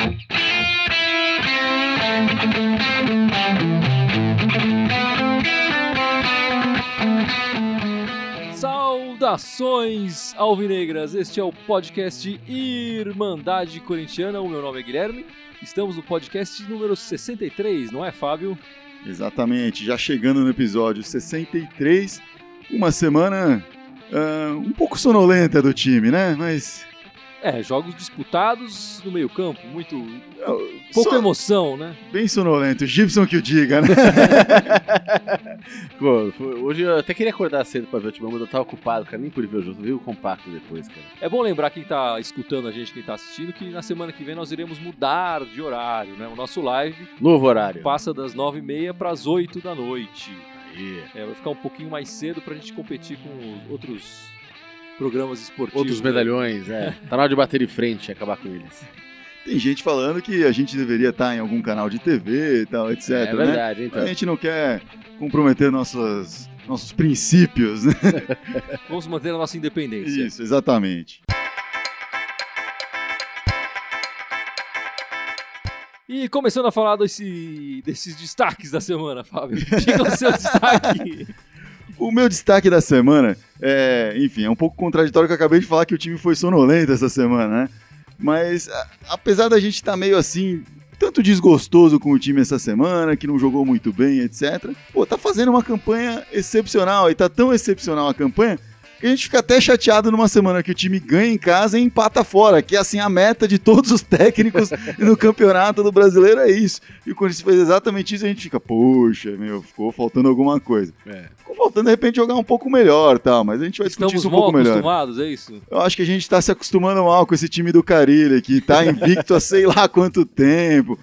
Saudações alvinegras, este é o podcast Irmandade Corintiana, o meu nome é Guilherme, estamos no podcast número 63, não é, Fábio? Exatamente, já chegando no episódio 63, uma semana um pouco sonolenta do time, né, mas... jogos disputados no meio campo, pouca emoção, né? Bem sonolento, Gibson que o diga, né? Pô, hoje eu até queria acordar cedo pra ver o time, mas eu tava ocupado, cara, nem por ver o jogo, viu o compacto depois, cara. É bom lembrar quem tá escutando a gente, quem tá assistindo, que na semana que vem nós iremos mudar de horário, né? O nosso live... Novo horário. Passa das 9h30 pras 8 da noite. Aí. Vai ficar um pouquinho mais cedo pra gente competir com os outros... programas esportivos. Outros medalhões, Tá na hora de bater de frente e acabar com eles. Tem gente falando que a gente deveria estar em algum canal de TV e tal, etc. É verdade, né? então. A gente não quer comprometer nossos princípios, né? Vamos manter a nossa independência. Isso, exatamente. E começando a falar desses destaques da semana, Fábio. Diga o seu destaque. O meu destaque da semana é um pouco contraditório, que eu acabei de falar que o time foi sonolento essa semana, né? Mas, apesar da gente estar meio assim, tanto desgostoso com o time essa semana, que não jogou muito bem, etc. Tá fazendo uma campanha excepcional, e tá tão excepcional a campanha, que a gente fica até chateado numa semana que o time ganha em casa e empata fora, que é assim a meta de todos os técnicos no campeonato do brasileiro, é isso. E quando se fez exatamente isso, a gente fica, poxa, ficou faltando alguma coisa. Ficou faltando, de repente, jogar um pouco melhor, tal, mas a gente vai discutir isso um pouco melhor. Estamos mal acostumados, é isso? Eu acho que a gente tá se acostumando mal com esse time do Carilli, que tá invicto há sei lá quanto tempo.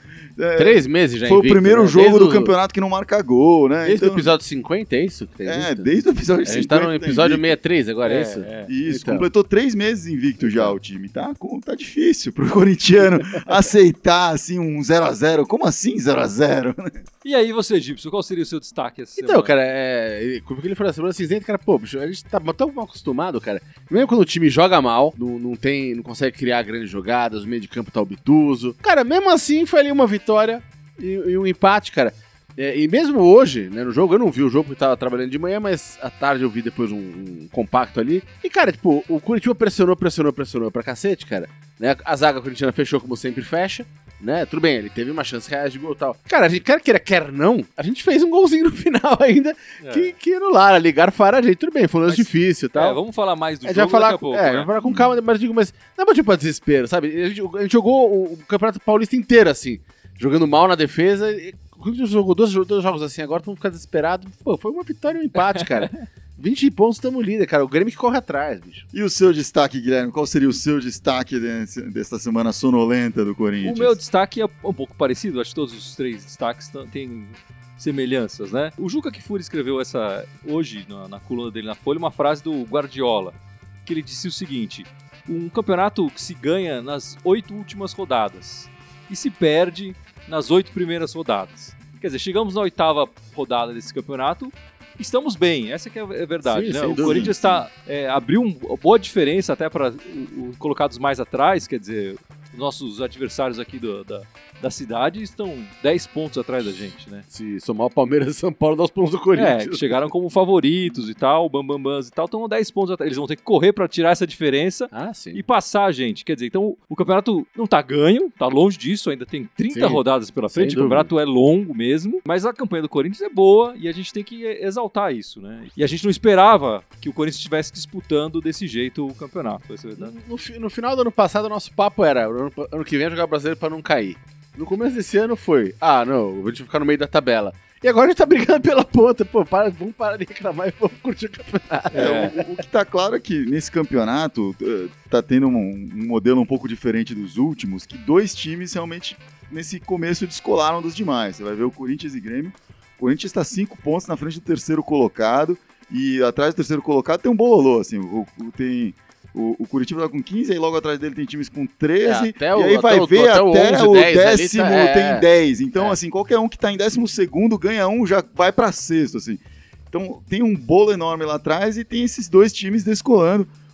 3 meses já foi invicto, o primeiro né? jogo do campeonato que não marca gol, né? Desde o episódio 50, é isso? Desde o episódio 50. A gente tá no episódio 63 agora, é isso? Isso, então. Completou 3 meses invicto já o time. Tá difícil pro corintiano aceitar assim um 0x0. Como assim 0x0? E aí você, Gibson, qual seria o seu destaque essa semana? Então, cara, como ele falou, a semana cinzenta, cara, bicho, a gente tá tão mal acostumado, cara. Mesmo quando o time joga mal, não consegue criar grandes jogadas, o meio de campo tá obtuso. Cara, mesmo assim, foi ali uma vitória e um empate, cara. E mesmo hoje, né, no jogo, eu não vi o jogo porque tava trabalhando de manhã, mas à tarde eu vi depois um compacto ali. E, cara, tipo, o Curitiba pressionou pra cacete, cara. Né? A zaga corintiana fechou como sempre fecha, né? Tudo bem, ele teve uma chance reais de gol e tal. Cara, a gente quer não, a gente fez um golzinho no final ainda, que anularam ali, garfaram a gente. Tudo bem, foi um lance difícil e tal. Vamos falar mais do jogo daqui a pouco. Vamos falar com calma, mas digo, mas não é motivo pra desespero, sabe? A gente jogou o Campeonato Paulista inteiro assim, jogando mal na defesa. Quando a gente jogou dois jogos assim agora, vamos ficar desesperado. Pô, foi uma vitória e um empate, cara. 20 pontos, estamos líder, cara. O Grêmio que corre atrás, bicho. E o seu destaque, Guilherme? Qual seria o seu destaque dessa semana sonolenta do Corinthians? O meu destaque é um pouco parecido. Acho que todos os 3 destaques têm semelhanças, né? O Juca Kfouri escreveu hoje, na coluna dele na Folha, uma frase do Guardiola, que ele disse o seguinte: um campeonato que se ganha nas 8 últimas rodadas e se perde nas 8 primeiras rodadas. Quer dizer, chegamos na 8ª rodada desse campeonato, estamos bem, essa que é a verdade, sim, né? O dúvida. Corinthians abriu uma boa diferença até para os colocados mais atrás, quer dizer, os nossos adversários aqui da cidade estão 10 pontos atrás da gente, né? Se somar o Palmeiras e São Paulo, dá os pontos do Corinthians. Que chegaram como favoritos e tal, bambambãs e tal, estão 10 pontos atrás. Eles vão ter que correr para tirar essa diferença e passar a gente. Quer dizer, então o campeonato não tá ganho, tá longe disso, ainda tem 30 rodadas pela frente, o campeonato é longo mesmo, mas a campanha do Corinthians é boa e a gente tem que exaltar isso, né? E a gente não esperava que o Corinthians estivesse disputando desse jeito o campeonato, essa é a verdade. No final do ano passado, o nosso papo era, ano que vem jogar brasileiro para não cair. No começo desse ano foi, não, a gente vai ficar no meio da tabela. E agora a gente tá brigando pela ponta. Pô, vamos parar de reclamar e vamos curtir o campeonato. O que tá claro é que nesse campeonato tá tendo um modelo um pouco diferente dos últimos, que 2 times realmente nesse começo descolaram dos demais. Você vai ver o Corinthians e Grêmio. O Corinthians está 5 pontos na frente do 3º colocado e atrás do 3º colocado tem um bololô, assim, tem... O Curitiba tá com 15, aí logo atrás dele tem times com 13, e aí vai ver até o 10º tem 10. Então, assim, qualquer um que tá em 12º ganha um, já vai pra 6º, assim. Então, tem um bolo enorme lá atrás e tem esses 2 times descolando.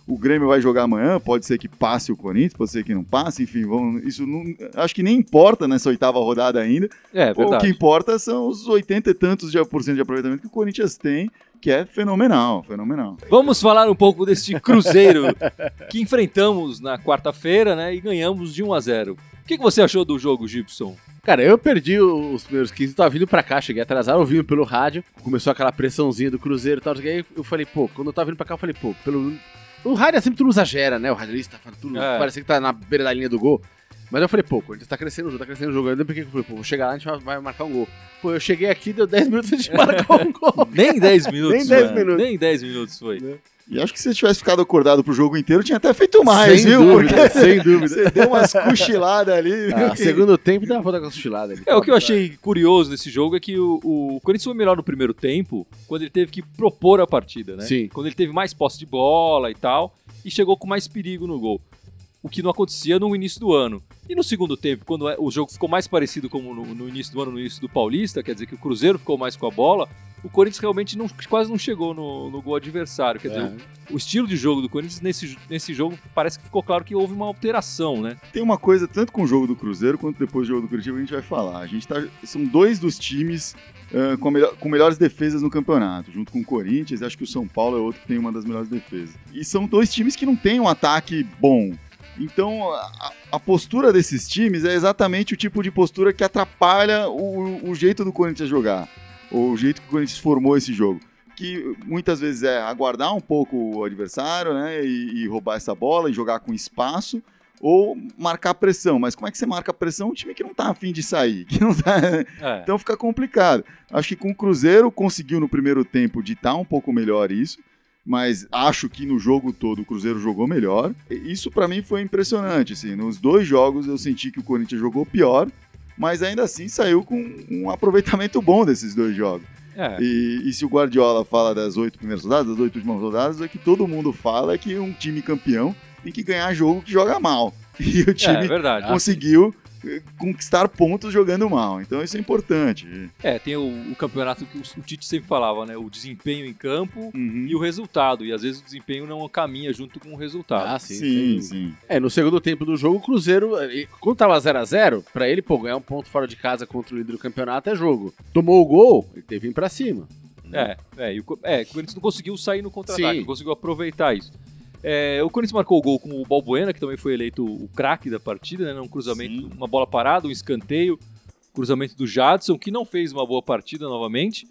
o Grêmio vai jogar amanhã, pode ser que passe o Corinthians, pode ser que não passe, enfim, isso não, acho que nem importa nessa 8ª rodada ainda. Verdade. O que importa são os 80 e tantos de aproveitamento que o Corinthians tem, que é fenomenal. Vamos falar um pouco desse Cruzeiro que enfrentamos na quarta-feira, né, e ganhamos de 1-0. O que você achou do jogo, Gibson? Cara, eu perdi os primeiros 15, tava vindo pra cá, cheguei atrasado, ouvindo pelo rádio, começou aquela pressãozinha do Cruzeiro e tal, aí eu falei, pô, quando eu tava vindo pra cá, eu falei, pô, o rádio é sempre tudo exagera, né, o radialista fala tudo, parece que tá na beira da linha do gol, mas eu falei, pô, o Corinthians tá crescendo o jogo, eu porque eu falei, pô, vou chegar lá, a gente vai marcar um gol. Pô, eu cheguei aqui, deu 10 minutos, a gente marcou um gol. Nem 10 minutos. Nem 10 minutos foi. E acho que se você tivesse ficado acordado pro jogo inteiro, tinha até feito mais, sem viu? Dúvida, porque sem dúvida. Você deu umas cochiladas ali. Segundo tempo, deu uma volta com a cochilada ali. O que eu achei curioso nesse jogo é que o Corinthians foi melhor no primeiro tempo, quando ele teve que propor a partida, né? Sim. Quando ele teve mais posse de bola e tal, e chegou com mais perigo no gol. O que não acontecia no início do ano. E no segundo tempo, quando o jogo ficou mais parecido como no início do ano, no início do Paulista, quer dizer que o Cruzeiro ficou mais com a bola, o Corinthians realmente quase não chegou no gol adversário. Quer dizer, o estilo de jogo do Corinthians nesse jogo parece que ficou claro que houve uma alteração, né? Tem uma coisa, tanto com o jogo do Cruzeiro quanto depois do jogo do Curitiba, a gente vai falar. São dois dos times com melhores defesas no campeonato, junto com o Corinthians. Acho que o São Paulo é outro que tem uma das melhores defesas. E são dois times que não têm um ataque bom. Então, a postura desses times é exatamente o tipo de postura que atrapalha o jeito do Corinthians jogar, ou o jeito que o Corinthians formou esse jogo, que muitas vezes é aguardar um pouco o adversário, né, e roubar essa bola e jogar com espaço, ou marcar pressão. Mas como é que você marca pressão? Um time que não tá afim de sair, que não tá... Então fica complicado. Acho que com o Cruzeiro conseguiu no primeiro tempo ditar um pouco melhor isso, mas acho que no jogo todo o Cruzeiro jogou melhor. Isso pra mim foi impressionante, assim. Nos dois jogos eu senti que o Corinthians jogou pior, mas ainda assim saiu com um aproveitamento bom desses dois jogos. E se o Guardiola fala das 8 primeiras rodadas, das 8 últimas rodadas, o que todo mundo fala é que um time campeão tem que ganhar jogo que joga mal. E o time conseguiu conquistar pontos jogando mal. Então isso é importante. Tem o campeonato que o Tite sempre falava, né? O desempenho em campo e o resultado. E às vezes o desempenho não caminha junto com o resultado. Sim. No segundo tempo do jogo, o Cruzeiro, quando tava 0-0, pra ele, ganhar um ponto fora de casa contra o líder do campeonato é jogo. Tomou o gol, ele teve que ir pra cima. O Corinthians não conseguiu sair no contra-ataque, não conseguiu aproveitar isso. O Corinthians marcou o gol com o Balbuena, que também foi eleito o craque da partida, né? Um cruzamento, uma bola parada, um escanteio, cruzamento do Jadson, que não fez uma boa partida novamente,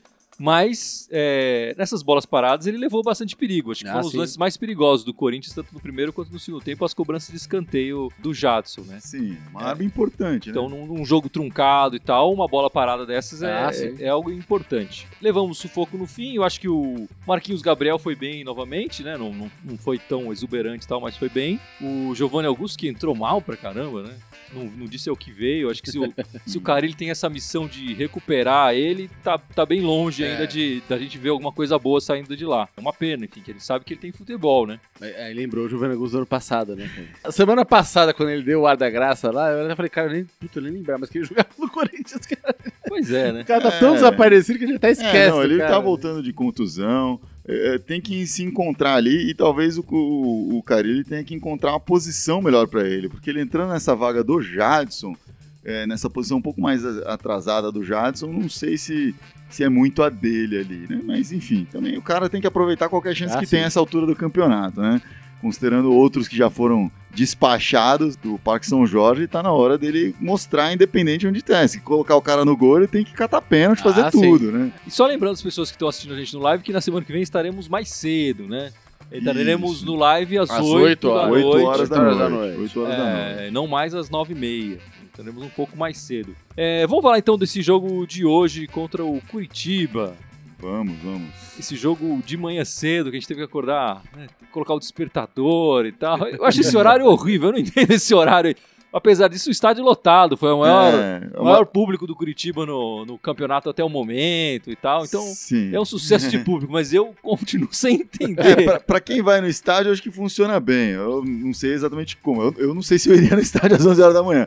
mas nessas bolas paradas ele levou bastante perigo. Acho que foram os lances mais perigosos do Corinthians, tanto no primeiro quanto no segundo tempo, as cobranças de escanteio do Jadson, né? Sim, uma arma importante, né? Então, num jogo truncado e tal, uma bola parada dessas é algo importante. Levamos sufoco no fim, eu acho que o Marquinhos Gabriel foi bem novamente, né? Não foi tão exuberante e tal, mas foi bem. O Giovanni Augusto, que entrou mal pra caramba, né? Não disse o que veio. Acho que se o Carille tem essa missão de recuperar ele, tá bem longe ainda da gente ver alguma coisa boa saindo de lá. É uma pena, enfim, que ele sabe que ele tem futebol, né? Lembrou o Giovanni Augusto do ano passado, né? A semana passada, quando ele deu o ar da graça lá, eu falei, cara, eu nem lembrava, mas que ele jogava no Corinthians, cara. Pois é, né? O cara tá tão desaparecido que a gente até esquece. Ele cara. Tá voltando de contusão. Tem que se encontrar ali e talvez o Carille tenha que encontrar uma posição melhor para ele, porque ele entrando nessa vaga do Jadson, nessa posição um pouco mais atrasada do Jadson, não sei se é muito a dele ali, né? Mas enfim, também o cara tem que aproveitar qualquer chance que tem nessa altura do campeonato, né? Considerando outros que já foram despachados do Parque São Jorge, tá na hora dele mostrar, independente onde tá. Se colocar o cara no gol, ele tem que catar pênalti, fazer tudo, né? E só lembrando as pessoas que estão assistindo a gente no live que na semana que vem estaremos mais cedo, né? Estaremos no live às 8 horas da noite. 8 horas da noite. Não mais às 9h30. Estaremos um pouco mais cedo. Vamos falar então desse jogo de hoje contra o Curitiba. Vamos. Esse jogo de manhã cedo, que a gente teve que acordar, né, colocar o despertador e tal. Eu acho esse horário horrível, eu não entendo esse horário aí. Apesar disso, o estádio lotado, foi o maior público do Curitiba no campeonato até o momento e tal. Então, é um sucesso de público, mas eu continuo sem entender. Pra quem vai no estádio, eu acho que funciona bem. Eu não sei exatamente como. Eu não sei se eu iria no estádio às 11 horas da manhã.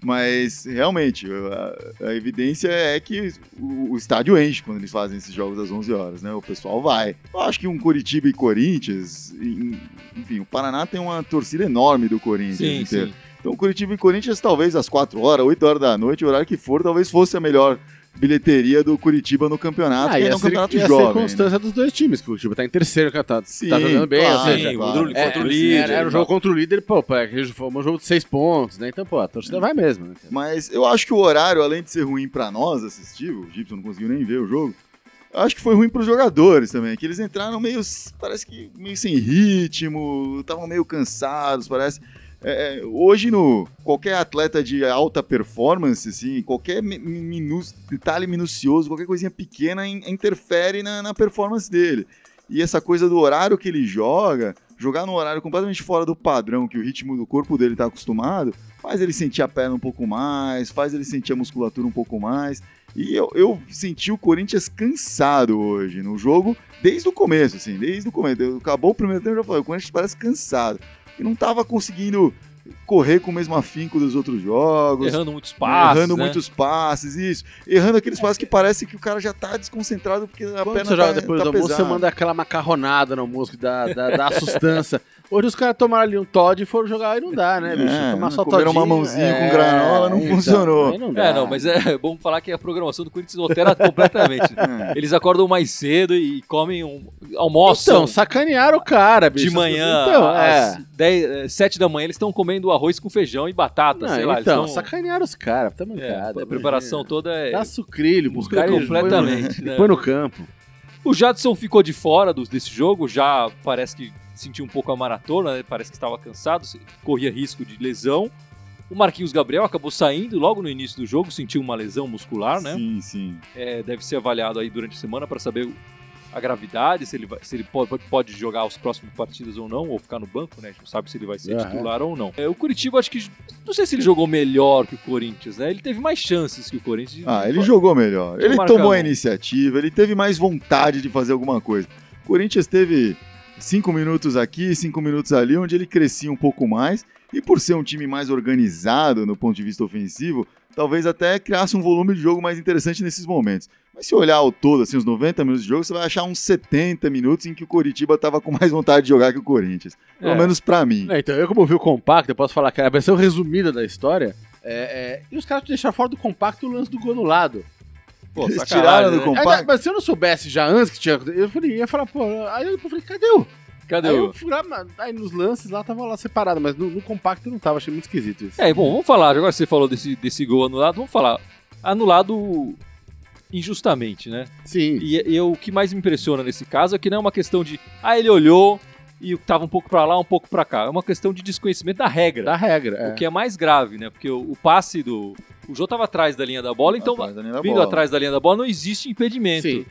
Mas, realmente, a evidência é que o estádio enche quando eles fazem esses jogos às 11 horas, né? O pessoal vai. Eu acho que um Curitiba e Corinthians, enfim, o Paraná tem uma torcida enorme do Corinthians inteiro. Sim. Então, Curitiba e Corinthians, talvez às 4 horas, 8 horas da noite, o horário que for, talvez fosse a melhor bilheteria do Curitiba no campeonato, que é um campeonato jovem. A circunstância dos dois times, que o Curitiba tá em terceiro, tá jogando bem, claro, ou seja, contra o líder. Era um jogo contra o líder, pô, foi um jogo de 6 pontos, né? Então, pô, a torcida vai mesmo, né? Mas eu acho que o horário, além de ser ruim pra nós assistir, o Gibson não conseguiu nem ver o jogo, eu acho que foi ruim pros jogadores também, que eles entraram parece que meio sem ritmo, estavam meio cansados, parece. Hoje, qualquer atleta de alta performance, assim, qualquer detalhe minucioso, qualquer coisinha pequena interfere na performance dele. E essa coisa do horário que ele jogar num horário completamente fora do padrão que o ritmo do corpo dele está acostumado, faz ele sentir a perna um pouco mais, faz ele sentir a musculatura um pouco mais. E eu senti o Corinthians cansado hoje no jogo, desde o começo, assim, Acabou o primeiro tempo, eu já falei, o Corinthians parece cansado. E não estava conseguindo correr com o mesmo afinco dos outros jogos. Errando muitos passes, muitos passes, isso. Errando aqueles passes que parece que o cara já tá desconcentrado porque a perna você joga depois do almoço, você manda aquela macarronada no músculo, dá sustância. Hoje os caras tomaram ali um Todd e foram jogar e não dá, né, bicho? Tomar só comeram uma mãozinha com granola, não funcionou. Não, mas é bom falar que a programação do Corinthians altera completamente. Eles acordam mais cedo e comem almoçam. Então, sacanearam o cara, bicho. De manhã, às 7 da manhã, eles estão comendo arroz com feijão e batata, sei lá. Então, sacanearam os caras, tá mancada. A preparação toda é... Dá sucrilho, buscar completamente. Põe no campo. O Jadson ficou de fora desse jogo, já parece que sentiu um pouco a maratona, né? Parece que estava cansado, corria risco de lesão. O Marquinhos Gabriel acabou saindo logo no início do jogo, sentiu uma lesão muscular, né? Sim. Deve ser avaliado aí durante a semana para saber a gravidade, se ele pode jogar os próximos partidas ou não, ou ficar no banco, né? A gente não sabe se ele vai ser titular ou não. O Curitiba, acho que... Não sei se ele jogou melhor que o Corinthians, né? Ele teve mais chances que o Corinthians. Ele jogou melhor. Ele tomou a iniciativa, ele teve mais vontade de fazer alguma coisa. O Corinthians teve 5 minutos aqui, 5 minutos ali, onde ele crescia um pouco mais. E por ser um time mais organizado no ponto de vista ofensivo, talvez até criasse um volume de jogo mais interessante nesses momentos. Mas se olhar ao todo, assim, os 90 minutos de jogo, você vai achar uns 70 minutos em que o Coritiba estava com mais vontade de jogar que o Corinthians. Pelo menos pra mim. Então, eu como vi o compacto, eu posso falar que a versão resumida da história, e os caras deixaram fora do compacto o lance do gol no lado. Pô, eles tiraram do compacto? Mas se eu não soubesse já antes que tinha... ia falar, pô... Aí eu falei, cadê o... Aí eu fui lá, aí nos lances lá tava lá separado, mas no compacto não tava, achei muito esquisito isso. Bom, vamos falar, agora que você falou desse gol anulado, vamos falar. Anulado injustamente, né? Sim. E o que mais me impressiona nesse caso é que não é uma questão de, ele olhou e tava um pouco pra lá, um pouco pra cá. É uma questão de desconhecimento da regra. Da regra, O que é mais grave, né? Porque o passe do... O Jô tava atrás da linha da bola, então vindo atrás da linha da bola não existe impedimento. Sim.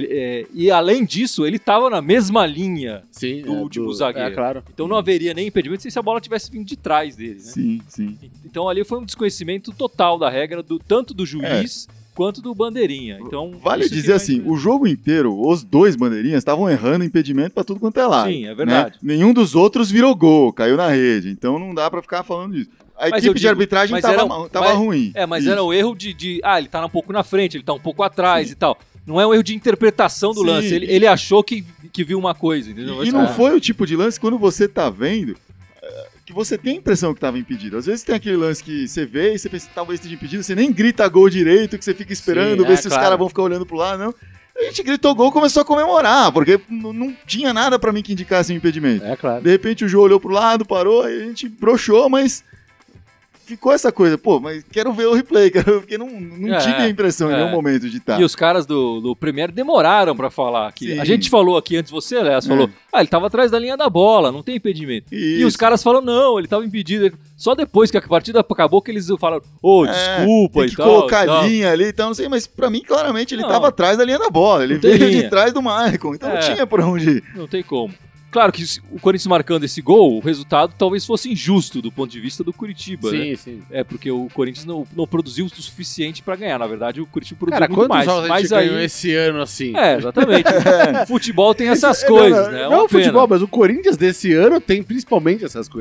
E além disso, ele estava na mesma linha do último zagueiro. Claro. Então não haveria nem impedimento se a bola tivesse vindo de trás dele, né? Sim. Então ali foi um desconhecimento total da regra, tanto do juiz quanto do bandeirinha. Então, vale dizer assim, o jogo inteiro, os dois bandeirinhas estavam errando impedimento pra tudo quanto é lado. Sim, é verdade. Né? Nenhum dos outros virou gol, caiu na rede. Então não dá pra ficar falando disso. A equipe de arbitragem tava ruim. Mas era o erro de ele tá um pouco na frente, ele tá um pouco atrás e tal. Não é um erro de interpretação do lance. Ele achou que viu uma coisa, entendeu? E não foi o tipo de lance, quando você tá vendo, que você tem a impressão que tava impedido. Às vezes tem aquele lance que você vê e você pensa que talvez esteja impedido, você nem grita gol direito, que você fica esperando, ver se os caras vão ficar olhando pro lado, não. A gente gritou gol e começou a comemorar, porque não tinha nada pra mim que indicasse um impedimento. Claro. De repente o Jô olhou pro lado, parou, aí a gente broxou, mas... Ficou essa coisa, mas quero ver o replay, porque não tive a impressão em nenhum momento de estar. E os caras do Premier demoraram pra falar aqui. Sim. A gente falou aqui antes, você, Léo, falou, ele tava atrás da linha da bola, não tem impedimento. Isso. E os caras falaram, não, ele tava impedido. Só depois que a partida acabou que eles falaram, desculpa e tal. Tem que colocar a linha ali e tal, não sei, mas pra mim, claramente, ele tava atrás da linha da bola. Ele veio de trás do Maicon, então não tinha por onde ir. Não tem como. Claro que o Corinthians marcando esse gol, o resultado talvez fosse injusto do ponto de vista do Curitiba, né? Sim. Porque o Corinthians não produziu o suficiente pra ganhar. Na verdade, o Curitiba produziu muito Cara, mais. quantos jogos a gente ganhou esse ano assim? Exatamente. O futebol tem essas coisas, né? Não o futebol, mas o Corinthians desse ano tem principalmente essas coisas.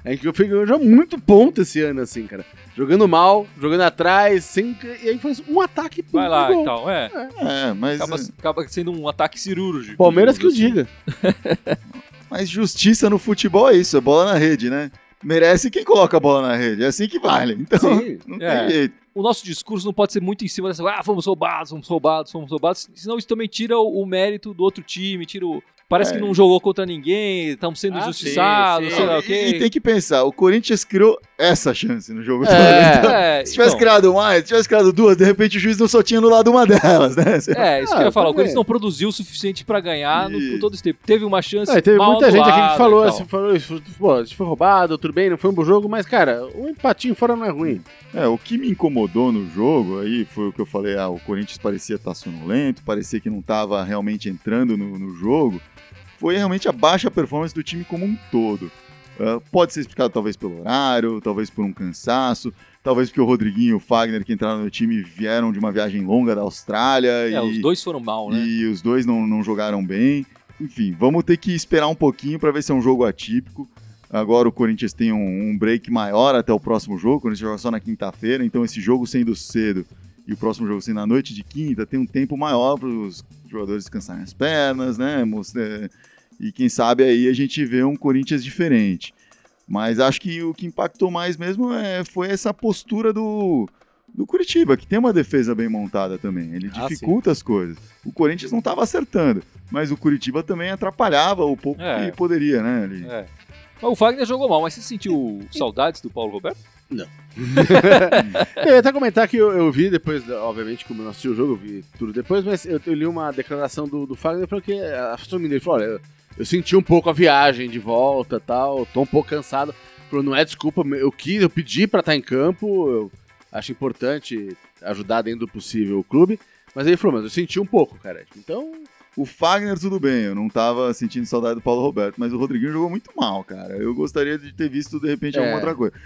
É que o Figueiredo jogou muito ponto esse ano, assim, cara. Jogando mal, jogando atrás, e aí faz um ataque por Vai lá gol. e tal, Mas, acaba sendo um ataque cirúrgico. Palmeiras que o digamos assim. diga. mas justiça no futebol é isso, é bola na rede, né? Merece quem coloca a bola na rede, é assim que vale. Então, Sim. não É. tem jeito. O nosso discurso não pode ser muito em cima dessa, fomos roubados, senão isso também tira o mérito do outro time, parece que não jogou contra ninguém, estamos sendo injustiçados, sim. sei lá o E quê. tem que pensar, o Corinthians criou essa chance no jogo todo. É. Então, se tivesse criado mais, se tivesse criado duas, de repente o juiz não só tinha anulado uma delas, né? Isso que eu ia falar, o também. Corinthians não produziu o suficiente pra ganhar com todo esse tempo. Teve uma chance Teve mal muita gente aqui anulada que falou, e tal. assim, falou isso, pô, a gente foi roubado, tudo bem, não foi um bom jogo, mas, cara, um empatinho fora não é ruim. O que me incomodou no jogo aí foi o que eu falei, o Corinthians parecia estar sonolento, parecia que não estava realmente entrando no jogo, foi realmente a baixa performance do time como um todo. Pode ser explicado talvez pelo horário, talvez por um cansaço, talvez porque o Rodriguinho e o Fagner que entraram no time vieram de uma viagem longa da Austrália. Os dois foram mal, né? E os dois não jogaram bem. Enfim, vamos ter que esperar um pouquinho para ver se é um jogo atípico. Agora o Corinthians tem um break maior até o próximo jogo, o Corinthians joga só na quinta-feira, então esse jogo sendo cedo e o próximo jogo sendo na noite de quinta, tem um tempo maior para os jogadores descansarem as pernas, né? E quem sabe aí a gente vê um Corinthians diferente. Mas acho que o que impactou mais mesmo foi essa postura do Curitiba, que tem uma defesa bem montada também. Ele dificulta as coisas. O Corinthians não estava acertando, mas o Curitiba também atrapalhava o pouco que poderia, né? Ali. Mas o Fagner jogou mal, mas você sentiu saudades do Paulo Roberto? Não. Eu ia até comentar que eu vi depois, obviamente, como eu não assisti o jogo, eu vi tudo depois, mas eu li uma declaração do Fagner falando que a família dele falou, olha, eu senti um pouco a viagem de volta e tal, tô um pouco cansado. Falou, não é desculpa, eu pedi pra estar em campo, eu acho importante ajudar dentro do possível o clube, mas ele falou, mas eu senti um pouco, cara. Então... O Fagner, tudo bem, eu não tava sentindo saudade do Paulo Roberto, mas o Rodriguinho jogou muito mal, cara. Eu gostaria de ter visto, de repente, alguma outra coisa.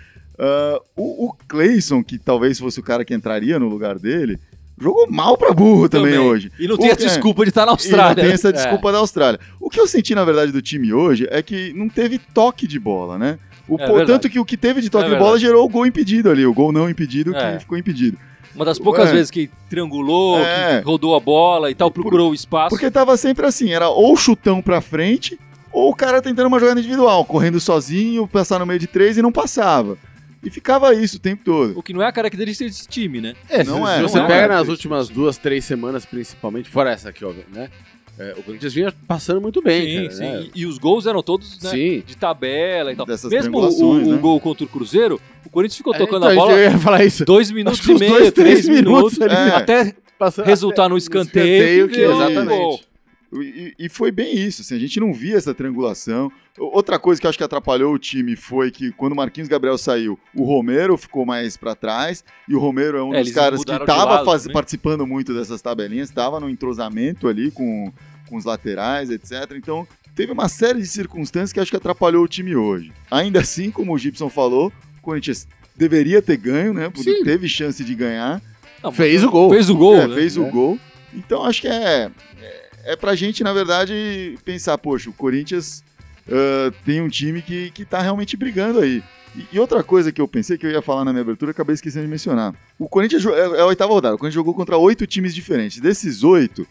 O Cleison, que talvez fosse o cara que entraria no lugar dele, jogou mal pra burro também hoje. E não tem essa desculpa de estar na Austrália. E não tem essa desculpa da Austrália. O que eu senti, na verdade, do time hoje é que não teve toque de bola, né? Tanto que o que teve de toque de bola gerou o gol impedido ali, o gol não impedido que ficou impedido. Uma das poucas vezes que triangulou, que rodou a bola e tal, procurou o espaço. Porque tava sempre assim, era ou chutão pra frente, ou o cara tentando uma jogada individual, correndo sozinho, passar no meio de três e não passava. E ficava isso o tempo todo. O que não é a característica desse time, né? Se você pega nas últimas 2-3 semanas, principalmente, fora essa aqui, ó, né? O Corinthians vinha passando muito bem, sim, cara, sim. E os gols eram todos, né, de tabela e tal. Dessas mesmo triangulações, o gol contra o Cruzeiro, o Corinthians ficou tocando então, a bola eu ia falar isso. 2 minutos e meio, 3 minutos, até resultar no escanteio. Que exatamente. E foi bem isso, assim, a gente não via essa triangulação. Outra coisa que eu acho que atrapalhou o time foi que quando o Marquinhos Gabriel saiu, o Romero ficou mais pra trás, e o Romero é um dos caras que estava participando muito dessas tabelinhas, estava no entrosamento ali com os laterais, etc. Então, teve uma série de circunstâncias que acho que atrapalhou o time hoje. Ainda assim, como o Gibson falou, o Corinthians deveria ter ganho, né? Porque teve chance de ganhar. Não, fez o gol. Fez o gol, né? Fez o gol. Então, acho que é pra gente, na verdade, pensar, poxa, o Corinthians tem um time que tá realmente brigando aí. E outra coisa que eu pensei que eu ia falar na minha abertura, acabei esquecendo de mencionar. O Corinthians é a 8ª rodada, o Corinthians jogou contra 8 times diferentes. Desses 8,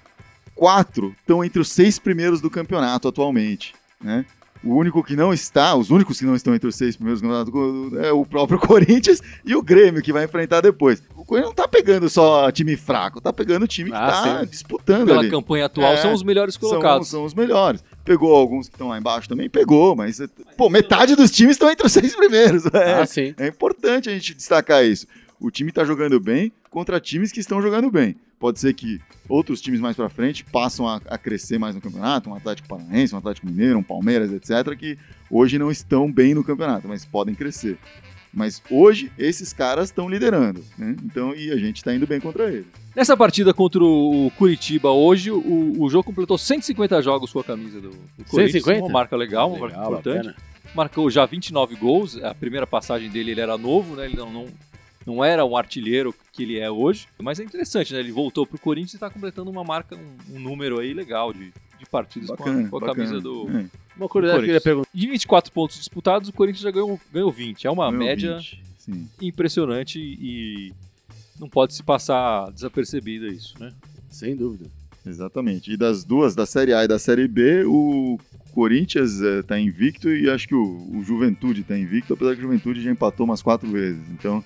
4 estão entre os 6 primeiros do campeonato atualmente, né? Os únicos que não estão entre os 6 primeiros do campeonato é o próprio Corinthians e o Grêmio, que vai enfrentar depois. O Corinthians não tá pegando só time fraco, tá pegando time que tá disputando pela ali. Campanha atual, são os melhores colocados. São os melhores. Pegou alguns que estão lá embaixo também? Pegou, mas metade dos times estão entre os 6 primeiros. É importante a gente destacar isso. O time tá jogando bem contra times que estão jogando bem. Pode ser que outros times mais pra frente passam a crescer mais no campeonato, um Atlético Paranaense, um Atlético Mineiro, um Palmeiras, etc., que hoje não estão bem no campeonato, mas podem crescer. Mas hoje, esses caras estão liderando, né? Então, e a gente tá indo bem contra eles. Nessa partida contra o Curitiba hoje, o jogo completou 150 jogos com a camisa do Corinthians. 150? Uma marca legal, uma marca importante. Bacana. Marcou já 29 gols, a primeira passagem dele ele era novo, né? Ele não era um artilheiro que ele é hoje, mas é interessante, né? Ele voltou pro Corinthians e está completando uma marca, um número aí legal de partidas bacana, com a camisa do Uma curiosidade que eu ia perguntar. De 24 pontos disputados, o Corinthians já ganhou 20. É uma Ganhou média 20, sim. impressionante e não pode se passar desapercebido isso, né? Sem dúvida. Exatamente. E das duas, da Série A e da Série B, o Corinthians tá invicto e acho que o Juventude tá invicto, apesar que o Juventude já empatou umas 4 vezes. Então,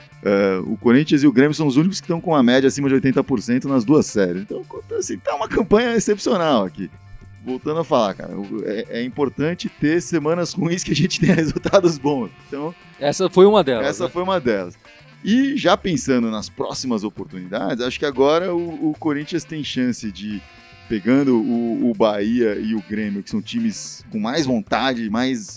o Corinthians e o Grêmio são os únicos que estão com uma média acima de 80% nas duas séries. Então, assim, tá uma campanha excepcional aqui. Voltando a falar, cara, é importante ter semanas ruins que a gente tenha resultados bons. Então, essa foi uma delas. essa né? foi uma delas. E já pensando nas próximas oportunidades, acho que agora o Corinthians tem chance de, pegando o Bahia e o Grêmio, que são times com mais vontade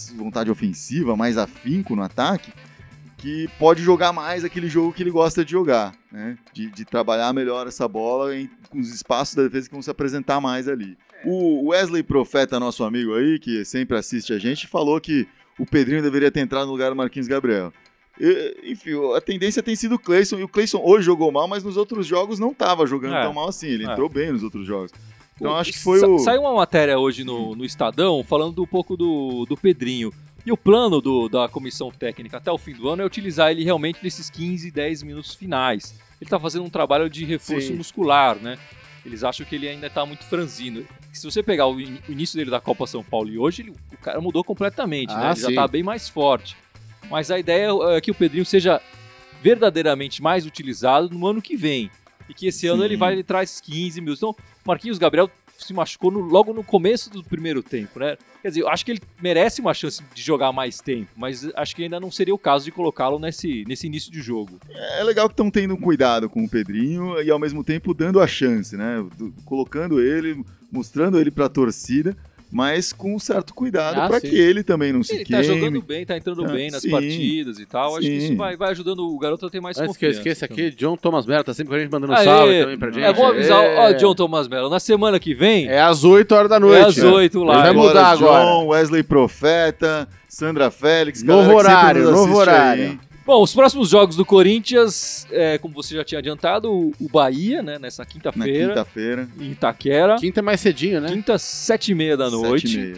ofensiva, mais afinco no ataque, que pode jogar mais aquele jogo que ele gosta de jogar, né? De trabalhar melhor essa bola com os espaços da defesa que vão se apresentar mais ali. O Wesley Profeta, nosso amigo aí, que sempre assiste a gente, falou que o Pedrinho deveria ter entrado no lugar do Marquinhos Gabriel. Enfim, a tendência tem sido o Cleison, e o Cleison hoje jogou mal, mas nos outros jogos não estava jogando tão mal assim, ele entrou bem nos outros jogos. Então acho que foi Saiu uma matéria hoje no Estadão falando um pouco do Pedrinho. E o plano da comissão técnica até o fim do ano é utilizar ele realmente nesses 15, 10 minutos finais. Ele está fazendo um trabalho de reforço muscular, né? Eles acham que ele ainda está muito franzino. Se você pegar o início dele da Copa São Paulo e hoje, o cara mudou completamente, né? Ele já está bem mais forte. Mas a ideia é que o Pedrinho seja verdadeiramente mais utilizado no ano que vem. E que esse ano ele traz 15 minutos. Então, o Marquinhos Gabriel se machucou logo no começo do primeiro tempo, né? Quer dizer, eu acho que ele merece uma chance de jogar mais tempo, mas acho que ainda não seria o caso de colocá-lo nesse início de jogo. É legal que estão tendo um cuidado com o Pedrinho e ao mesmo tempo dando a chance, né? Colocando ele, mostrando ele pra torcida, mas com um certo cuidado para que ele também não se queime. Ele tá jogando bem, tá entrando bem nas partidas e tal. Acho que isso vai ajudando o garoto a ter mais confiança. Que eu esqueça aqui, John Thomas Mello tá sempre com a gente mandando salve também pra gente. É bom avisar, John Thomas Mello, na semana que vem... É às 8 horas da noite. É às 8 lá. Vai mudar agora. John, Wesley Profeta, Sandra Félix. Novo horário. Aí. Bom, os próximos jogos do Corinthians, como você já tinha adiantado, o Bahia, né, nessa quinta-feira. Na quinta-feira. Em Itaquera. Quinta é mais cedinho, né? Quinta, 7h30 da noite. 7h30.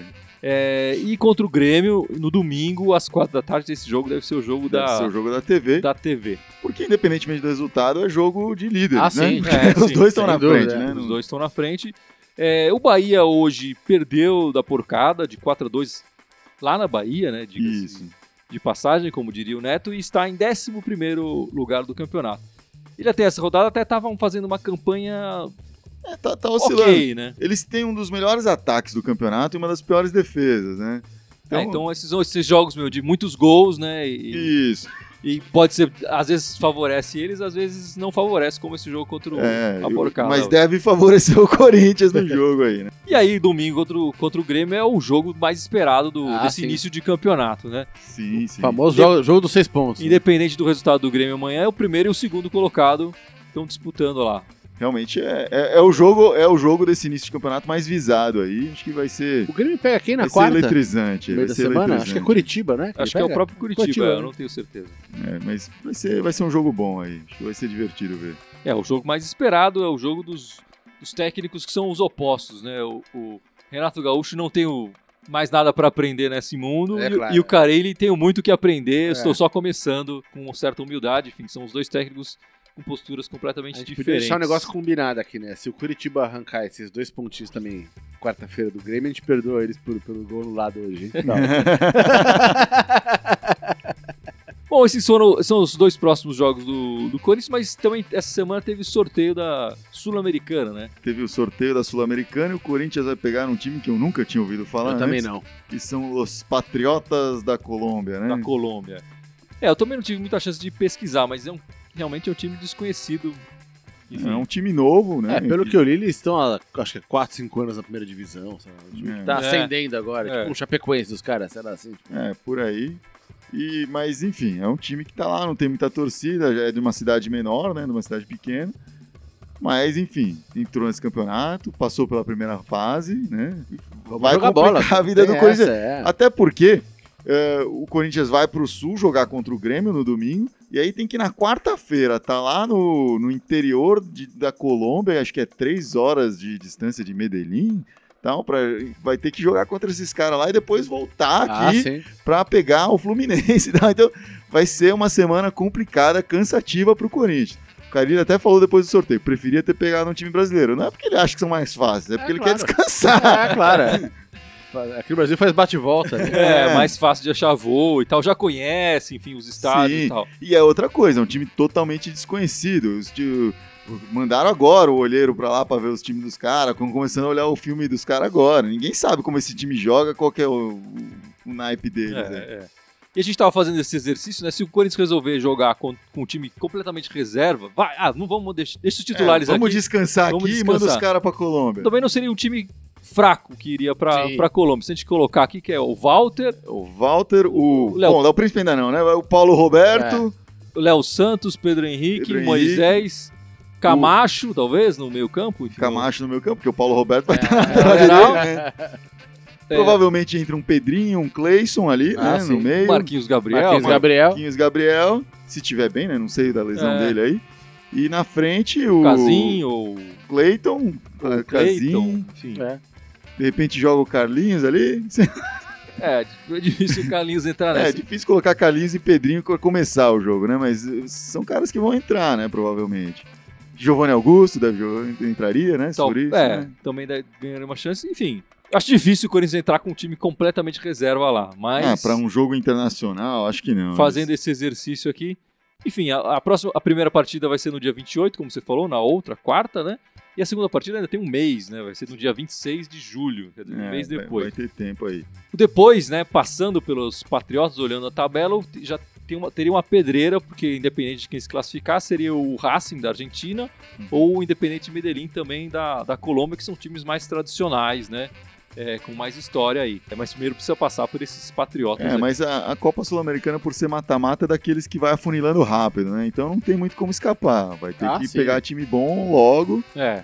E contra o Grêmio, no domingo, às 4 da tarde, esse jogo deve ser o jogo da TV. Da TV. Porque, independentemente do resultado, é jogo de líderes, né? Sim. Os dois estão na frente, né? Os dois estão na frente. O Bahia hoje perdeu da porcada de 4-2 lá na Bahia, né? Isso. De passagem, como diria o Neto, e está em 11º lugar do campeonato. Ele até essa rodada estavam fazendo uma campanha... Tá oscilando. Ok, né? Eles têm um dos melhores ataques do campeonato e uma das piores defesas, né? Então esses jogos, de muitos gols, né? Isso. E pode ser, às vezes favorece eles, às vezes não favorece, como esse jogo contra a porcada. Mas deve favorecer o Corinthians no jogo aí, né? E aí, domingo contra o Grêmio é o jogo mais esperado desse início de campeonato, né? Sim. O famoso jogo dos 6 pontos. Independente do resultado do Grêmio amanhã, é o primeiro e o segundo colocado estão disputando lá. Realmente é o jogo desse início de campeonato mais visado aí. Acho que vai ser... O Grêmio pega quem na Vai quarta? ser eletrizante. No meio da semana? Acho que é Curitiba, né? Acho que é o próprio Curitiba, eu não tenho certeza. Mas vai ser um jogo bom aí. Acho que vai ser divertido ver. O jogo mais esperado é o jogo dos técnicos que são os opostos, né? O Renato Gaúcho não tem mais nada para aprender nesse mundo e o Carelli tem muito que aprender. Estou só começando com certa humildade. Enfim, são os dois técnicos com posturas completamente diferentes. Podia deixar um negócio combinado aqui, né? Se o Curitiba arrancar esses 2 pontinhos também quarta-feira do Grêmio, a gente perdoa eles pelo gol no lado hoje, hein? Não. Bom, esses são os 2 próximos jogos do Corinthians, mas também essa semana teve sorteio da Sul-Americana, né? Teve o sorteio da Sul-Americana e o Corinthians vai pegar um time que eu nunca tinha ouvido falar antes. Também não. Que são os Patriotas da Colômbia, né? Da Colômbia. Eu também não tive muita chance de pesquisar, mas realmente é um time desconhecido. Enfim. É um time novo, né? Pelo que eu li, eles estão há, acho que 4, 5 anos na primeira divisão. Sabe? O time que tá ascendendo agora, tipo um Chapecoense dos caras, sei lá assim. Tipo. Por aí. Mas, enfim, é um time que tá lá, não tem muita torcida, é de uma cidade menor, né? De uma cidade pequena. Mas, enfim, entrou nesse campeonato, passou pela primeira fase, né? Vai complicar bola, a vida do Corinthians. Até porque o Corinthians vai pro Sul jogar contra o Grêmio no domingo, e aí tem que na quarta-feira tá lá no interior da Colômbia, acho que é 3 horas de distância de Medellín. Então, vai ter que jogar contra esses caras lá e depois voltar aqui pra pegar o Fluminense. Tá? Então, vai ser uma semana complicada, cansativa pro Corinthians. O Carille até falou depois do sorteio, preferia ter pegado um time brasileiro. Não é porque ele acha que são mais fáceis, é porque ele quer descansar. Claro. Aqui no Brasil faz bate-volta. Né? Mais fácil de achar voo e tal. Já conhece, enfim, os estádios e tal. E é outra coisa, é um time totalmente desconhecido. Mandaram agora o olheiro pra lá pra ver os times dos caras, começando a olhar o filme dos caras agora. Ninguém sabe como esse time joga, qual que é o naipe deles. E a gente tava fazendo esse exercício, né? Se o Corinthians resolver jogar com um time completamente reserva, não vamos deixa os titulares vamos aqui. descansar aqui e manda os caras pra Colômbia. Também não seria um time fraco que iria pra Colômbia. Se a gente colocar aqui, que é o Walter... o Léo Príncipe ainda não, né? O Paulo Roberto... O Léo Santos, Pedro Henrique, Moisés... Camacho, talvez, no meio campo? Camacho no meio campo, porque o Paulo Roberto vai estar na lateral direita, né? Provavelmente entra um Pedrinho, um Cleison ali, né, no meio. Marquinhos Gabriel. Se tiver bem, né? Não sei da lesão dele aí. E na frente o... Casinho ou... Cleiton. Casinho. Enfim. De repente joga o Carlinhos ali. É difícil o Carlinhos entrar nessa. É difícil colocar Carlinhos e Pedrinho para começar o jogo, né? Mas são caras que vão entrar, né? Provavelmente. Giovanni Augusto entraria, né? Então, né? Também ganharia uma chance. Enfim, acho difícil o Corinthians entrar com um time completamente reserva lá, mas... para um jogo internacional, acho que não. Fazendo esse exercício aqui. Enfim, a primeira partida vai ser no dia 28, como você falou, na outra, quarta, né? E a segunda partida ainda tem um mês, né? Vai ser no dia 26 de julho, quer dizer, um mês depois. Vai ter tempo aí. Depois, né, passando pelos Patriotas, olhando a tabela, já teria uma pedreira, porque independente de quem se classificar, seria o Racing da Argentina ou o Independiente Medellín também da Colômbia, que são times mais tradicionais, né? Com mais história aí. Mas primeiro precisa passar por esses Patriotas. Mas a Copa Sul-Americana, por ser mata-mata, é daqueles que vai afunilando rápido, né? Então não tem muito como escapar. Vai ter que pegar time bom logo.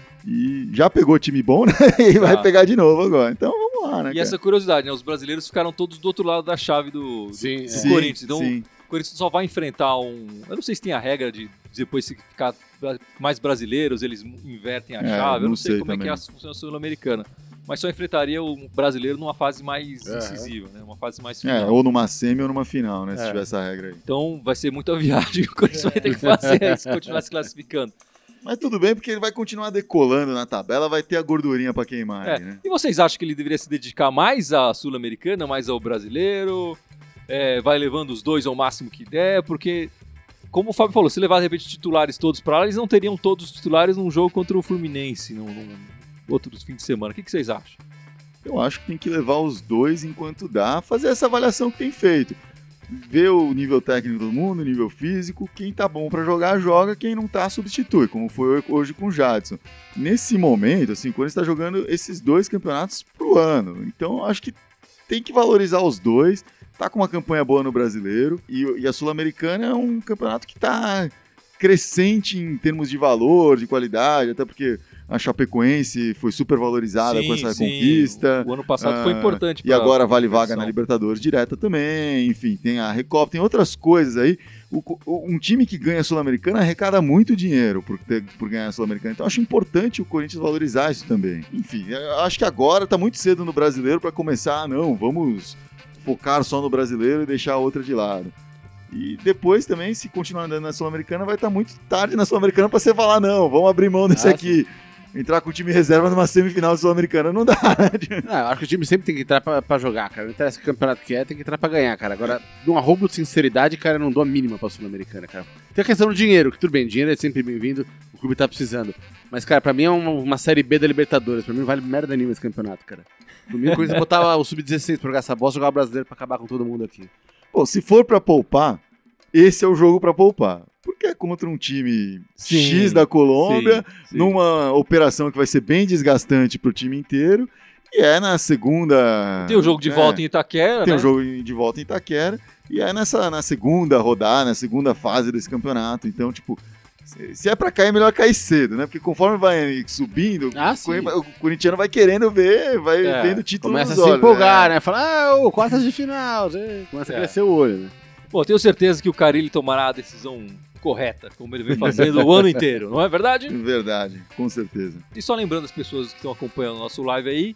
E já pegou time bom, né? E vai pegar de novo agora. Então vamos lá, né? E essa curiosidade, né? Os brasileiros ficaram todos do outro lado da chave do Corinthians. Então o Corinthians só vai enfrentar Eu não sei se tem a regra de depois se ficar mais brasileiros, eles invertem a chave. Eu não sei como também. É que é a função sul-americana. Mas só enfrentaria o brasileiro numa fase mais incisiva, né? Uma fase mais final. Ou numa semi ou numa final, né? Se tiver essa regra aí. Então vai ser muita viagem que o Corinthians vai ter que fazer se continuar se classificando. Mas tudo bem, porque ele vai continuar decolando na tabela, vai ter a gordurinha pra queimar aí, né? E vocês acham que ele deveria se dedicar mais à Sul-Americana, mais ao brasileiro? Vai levando os dois ao máximo que der? Porque, como o Fábio falou, se levar de repente os titulares todos pra lá, eles não teriam todos os titulares num jogo contra o Fluminense, num outro fim de semana. O que vocês acham? Eu acho que tem que levar os dois enquanto dá, fazer essa avaliação que tem feito. Ver o nível técnico do mundo, o nível físico, quem tá bom pra jogar, joga, quem não tá, substitui, como foi hoje com o Jadson. Nesse momento, assim, quando ele está jogando esses dois campeonatos pro ano, então acho que tem que valorizar os dois, tá com uma campanha boa no Brasileiro, e a Sul-Americana é um campeonato que tá crescente em termos de valor, de qualidade, até porque a Chapecoense foi super valorizada com essa conquista. O ano passado foi importante. E agora vale vaga na Libertadores direta também. Enfim, tem a Recopa, tem outras coisas aí. Um time que ganha a Sul-Americana arrecada muito dinheiro por ganhar a Sul-Americana. Então acho importante o Corinthians valorizar isso também. Enfim, acho que agora tá muito cedo no Brasileiro para começar. Não, vamos focar só no Brasileiro e deixar a outra de lado. E depois também, se continuar andando na Sul-Americana, vai estar muito tarde na Sul-Americana para você falar, não, vamos abrir mão desse aqui. Entrar com o time reserva numa semifinal sul-americana não dá, né? Eu acho que o time sempre tem que entrar pra jogar, cara. Não interessa que campeonato que tem que entrar pra ganhar, cara. Agora, num arrobo de sinceridade, cara, eu não dou a mínima pra sul-americana, cara. Tem a questão do dinheiro, que tudo bem, dinheiro é sempre bem-vindo, o clube tá precisando. Mas, cara, pra mim é uma série B da Libertadores. Pra mim não vale merda nenhuma esse campeonato, cara. Por mim, a coisa é botar o sub-16 pra jogar essa bosta, jogar o brasileiro pra acabar com todo mundo aqui. Pô, se for pra poupar, esse é o jogo pra poupar. Porque é contra um time X da Colômbia, numa operação que vai ser bem desgastante pro time inteiro, e é na segunda... Tem o jogo de volta em Itaquera, Tem o jogo de volta em Itaquera, e é na segunda rodada, na segunda fase desse campeonato. Então, tipo, se é pra cair, é melhor cair cedo, né? Porque conforme vai subindo, o corintiano vai querendo ver, vai vendo o título começa nos a se olhos, empolgar, né? Fala, quartas de final, começa a crescer o olho, né? Bom, tenho certeza que o Carille tomará a decisão correta, como ele vem fazendo o ano inteiro, não é verdade? Verdade, com certeza. E só lembrando as pessoas que estão acompanhando o nosso live aí,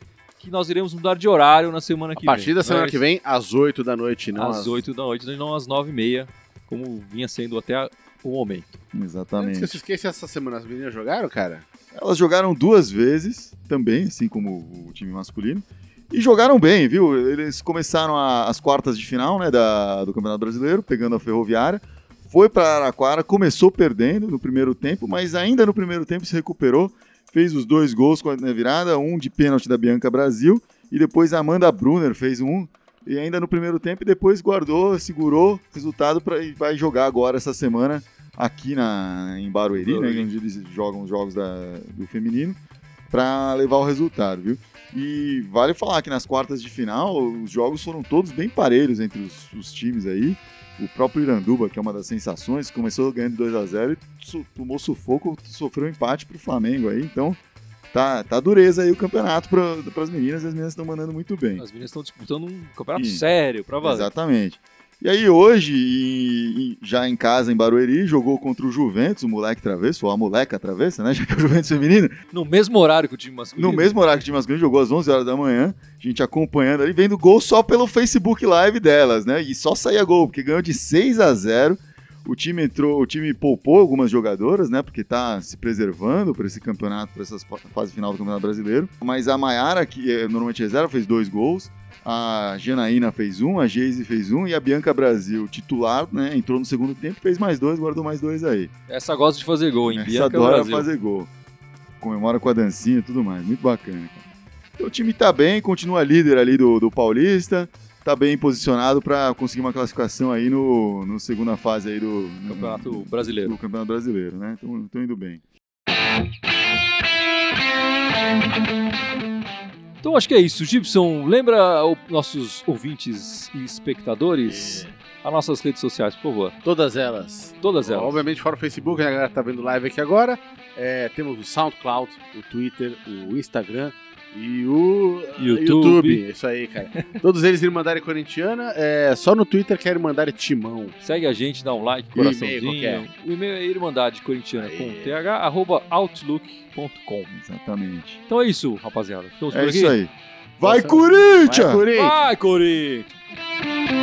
que nós iremos mudar de horário na semana que vem. A partir da semana que vem, às 8 da noite, não às 8 da noite, não às 9h30, como vinha sendo até o momento. Exatamente. Antes que eu esqueça, essa semana as meninas jogaram, cara? Elas jogaram 2 vezes também, assim como o time masculino. E jogaram bem, viu? Eles começaram as quartas de final, né, do Campeonato Brasileiro, pegando a Ferroviária. Foi para Araraquara, começou perdendo no primeiro tempo, mas ainda no primeiro tempo se recuperou. Fez os 2 gols com a virada, um de pênalti da Bianca Brasil. E depois a Amanda Brunner fez um. E ainda no primeiro tempo, e depois guardou, segurou resultado e vai jogar agora essa semana aqui em Barueri, né, onde eles jogam os jogos do feminino, para levar o resultado, viu? E vale falar que nas quartas de final, os jogos foram todos bem parelhos entre os times aí. O próprio Iranduba, que é uma das sensações, começou ganhando 2-0 e tomou sufoco, sofreu um empate pro Flamengo aí, então tá dureza aí o campeonato para as meninas, e as meninas estão mandando muito bem. As meninas estão disputando um campeonato sério, pra valer. Exatamente. E aí hoje, já em casa, em Barueri, jogou contra o Juventus, o moleque travesso, ou a moleca travessa, né? Já que é o Juventus feminino. No mesmo horário que o time masculino. No mesmo horário que o time masculino, jogou às 11 horas da manhã, a gente acompanhando ali, vendo gol só pelo Facebook Live delas, né? E só saía gol, porque ganhou de 6-0. O time poupou algumas jogadoras, né? Porque tá se preservando para esse campeonato, para essa fase final do Campeonato Brasileiro. Mas a Maiara, que normalmente é reserva, fez 2 gols. A Janaína fez 1, a Geise fez 1 e a Bianca Brasil, titular, né? Entrou no segundo tempo, fez mais 2, guardou mais 2 aí. Essa gosta de fazer gol, hein? Essa Bianca adora Brasil. fazer gol. Comemora com a dancinha e tudo mais. Muito bacana, cara. Então, o time tá bem, continua líder ali do Paulista. Tá bem posicionado para conseguir uma classificação aí no segunda fase aí do Campeonato Brasileiro. Do Campeonato Brasileiro, né? Estão indo bem. Então acho que é isso. Gibson, lembra nossos ouvintes e espectadores as nossas redes sociais, por favor. Todas elas. Todas elas. Obviamente fora o Facebook, a galera tá vendo live aqui agora. Temos o SoundCloud, o Twitter, o Instagram e o YouTube. Isso aí, cara. Todos eles irem mandarem corintiana. Só no Twitter querem mandar timão. Segue a gente, dá um like, E o coraçãozinho. e-mail, O e-mail é irmandade@outlook.com. Exatamente. Então é isso, rapaziada. Ficamos por É aqui. isso aí. Vai, Corinthians! Vai, Corinthians! Vai, Corinthians!